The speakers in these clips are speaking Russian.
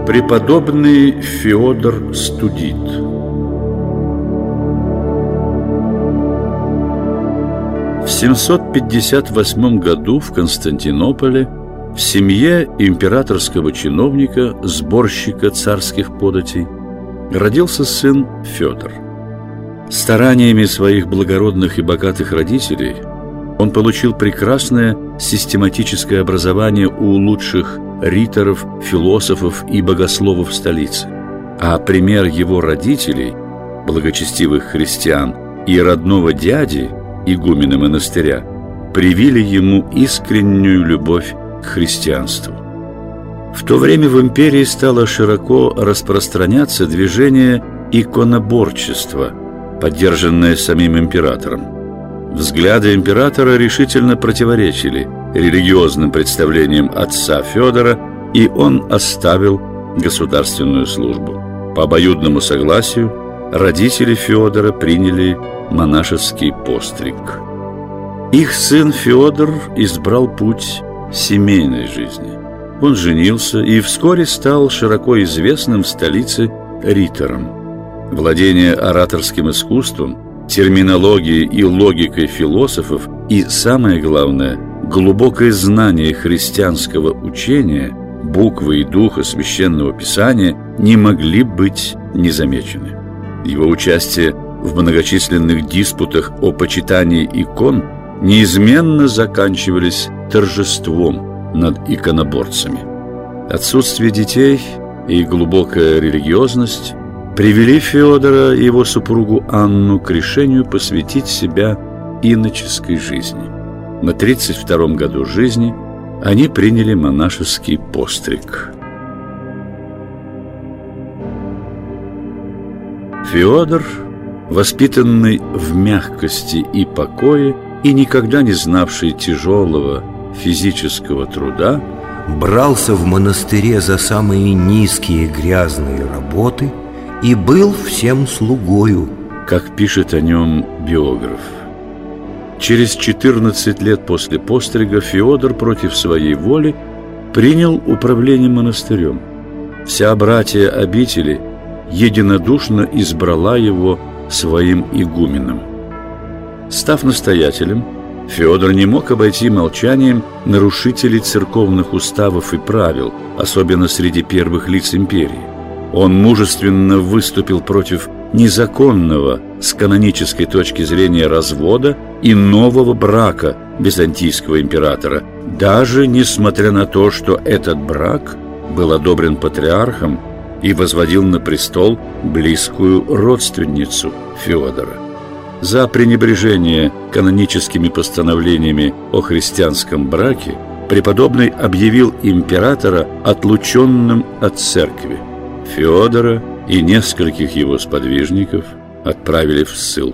Преподобный Феодор Студит. В 758 году в Константинополе в семье императорского чиновника, сборщика царских податей, родился сын Федор. Стараниями своих благородных и богатых родителей он получил прекрасное систематическое образование у лучших риторов, философов и богословов столицы. А пример его родителей, благочестивых христиан, и родного дяди, игумена монастыря, привили ему искреннюю любовь к христианству. В то время в империи стало широко распространяться движение иконоборчества, поддержанное самим императором. Взгляды императора решительно противоречили религиозным представлениям отца Федора, и он оставил государственную службу. По обоюдному согласию родители Федора приняли монашеский постриг. Их сын Федор избрал путь семейной жизни. Он женился и вскоре стал широко известным в столице ритором. Владение ораторским искусством, терминологией и логикой философов и, самое главное, глубокое знание христианского учения, буквы и духа священного писания не могли быть незамечены. Его участие в многочисленных диспутах о почитании икон неизменно заканчивались торжеством над иконоборцами. Отсутствие детей и глубокая религиозность привели Федора и его супругу Анну к решению посвятить себя иноческой жизни. На 32-м году жизни они приняли монашеский постриг. Федор, воспитанный в мягкости и покое и никогда не знавший тяжелого физического труда, брался в монастыре за самые низкие грязные работы и был всем слугою, как пишет о нем биограф. Через 14 лет после пострига Феодор против своей воли принял управление монастырем. Вся братья обители единодушно избрала его своим игуменом. Став настоятелем, Федор не мог обойти молчанием нарушителей церковных уставов и правил, особенно среди первых лиц империи. Он мужественно выступил против незаконного с канонической точки зрения развода и нового брака византийского императора, даже несмотря на то, что этот брак был одобрен патриархом и возводил на престол близкую родственницу Федора. За пренебрежение каноническими постановлениями о христианском браке преподобный объявил императора отлученным от церкви. Федора и нескольких его сподвижников отправили в ссылку.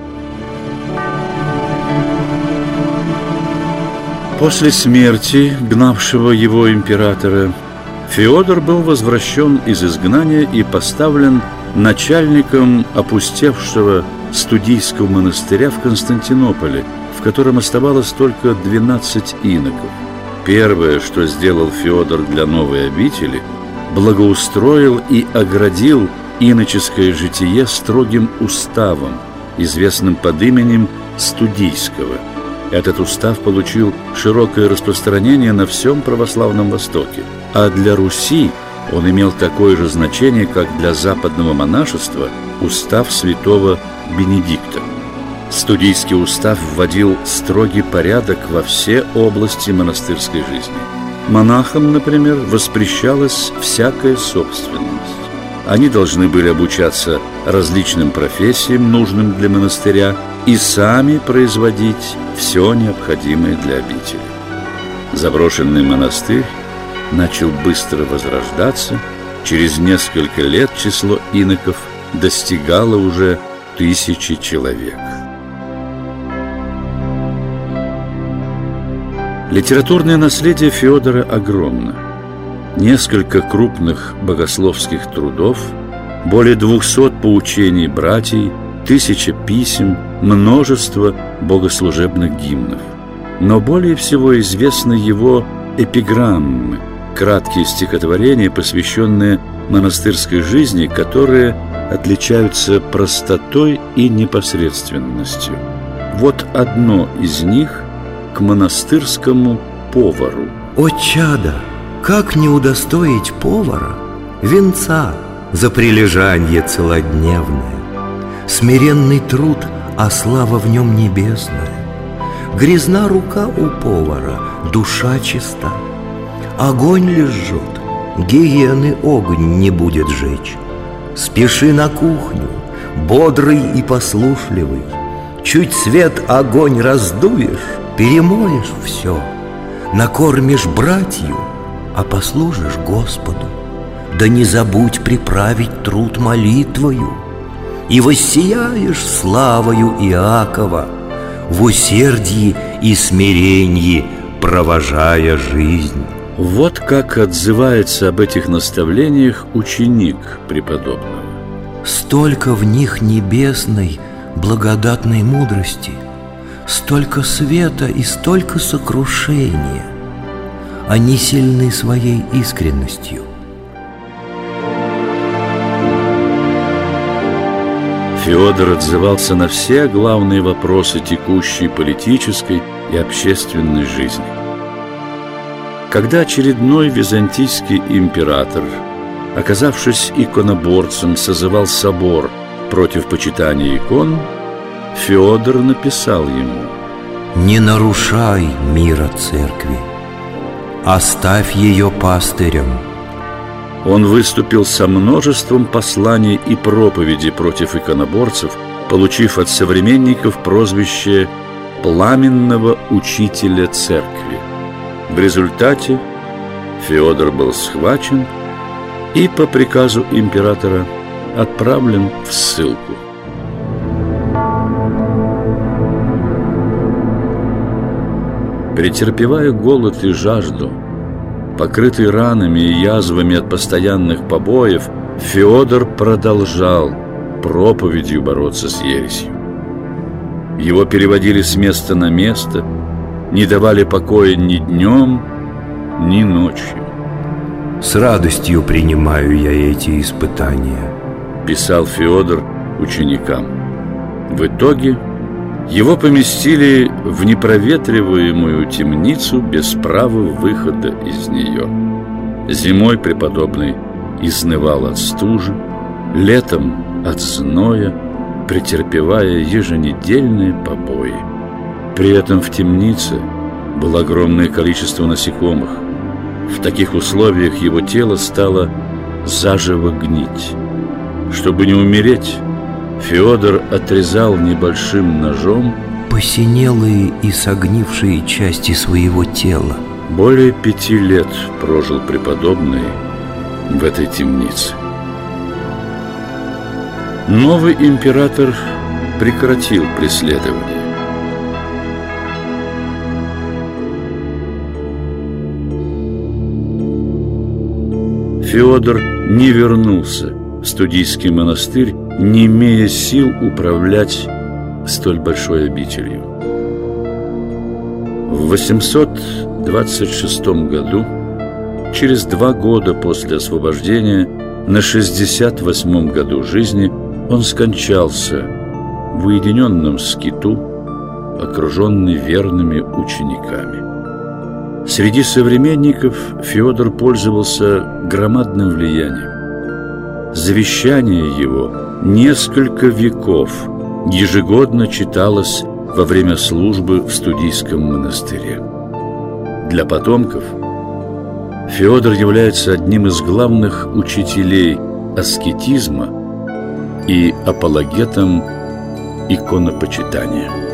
После смерти гнавшего его императора Феодор был возвращен из изгнания и поставлен начальником опустевшего студийского монастыря в Константинополе, в котором оставалось только 12 иноков. Первое, что сделал Феодор для новой обители, благоустроил и оградил иноческое житие строгим уставом, известным под именем Студийского. Этот устав получил широкое распространение на всем православном Востоке, а для Руси он имел такое же значение, как для западного монашества устав святого Бенедикта. Студийский устав вводил строгий порядок во все области монастырской жизни. Монахам, например, воспрещалась всякая собственность. Они должны были обучаться различным профессиям, нужным для монастыря, и сами производить все необходимое для обители. Заброшенный монастырь начал быстро возрождаться. Через несколько лет число иноков достигало уже 1000 человек. Литературное наследие Федора огромно. Несколько крупных богословских трудов, более 200 поучений братьев, 1000 писем, множество богослужебных гимнов. Но более всего известны его эпиграммы, краткие стихотворения, посвященные монастырской жизни, которые отличаются простотой и непосредственностью. Вот одно из них к монастырскому повару. О, чадо, как не удостоить повара венца за прилежанье целодневное? Смиренный труд, а слава в нем небесная. Грязна рука у повара, душа чиста. Огонь лишь жжет, гиены огонь не будет жечь. Спеши на кухню, бодрый и послушливый. Чуть свет огонь раздуешь, перемоешь все. Накормишь братью, а послужишь Господу. Да не забудь приправить труд молитвою. И воссияешь славою Иакова, в усердии и смирении провожая жизнь. Вот как отзывается об этих наставлениях ученик преподобного. Столько в них небесной благодатной мудрости, столько света и столько сокрушения. Они сильны своей искренностью. Феодор отзывался на все главные вопросы текущей политической и общественной жизни. Когда очередной византийский император, оказавшись иконоборцем, созывал собор против почитания икон, Феодор написал ему: «Не нарушай мира церкви, оставь ее пастырям». Он выступил со множеством посланий и проповедей против иконоборцев, получив от современников прозвище «пламенного учителя церкви». В результате Феодор был схвачен и по приказу императора отправлен в ссылку. Претерпевая голод и жажду, покрытый ранами и язвами от постоянных побоев, Феодор продолжал проповедью бороться с ересью. Его переводили с места на место, не давали покоя ни днем, ни ночью. «С радостью принимаю я эти испытания», – писал Феодор ученикам. В итоге его поместили в непроветриваемую темницу без права выхода из нее. Зимой преподобный изнывал от стужи, летом от зноя, претерпевая еженедельные побои. При этом в темнице было огромное количество насекомых. В таких условиях его тело стало заживо гнить. Чтобы не умереть, Феодор отрезал небольшим ножом посинелые и согнившие части своего тела. Более 5 лет прожил преподобный в этой темнице. Новый император прекратил преследование. Феодор не вернулся в Студийский монастырь, не имея сил управлять столь большой обителью. В 826 году, через 2 года после освобождения, на 68 году жизни, он скончался в уединенном скиту, окруженный верными учениками. Среди современников Феодор пользовался громадным влиянием. Завещание его несколько веков ежегодно читалось во время службы в Студийском монастыре. Для потомков Феодор является одним из главных учителей аскетизма и апологетом иконопочитания.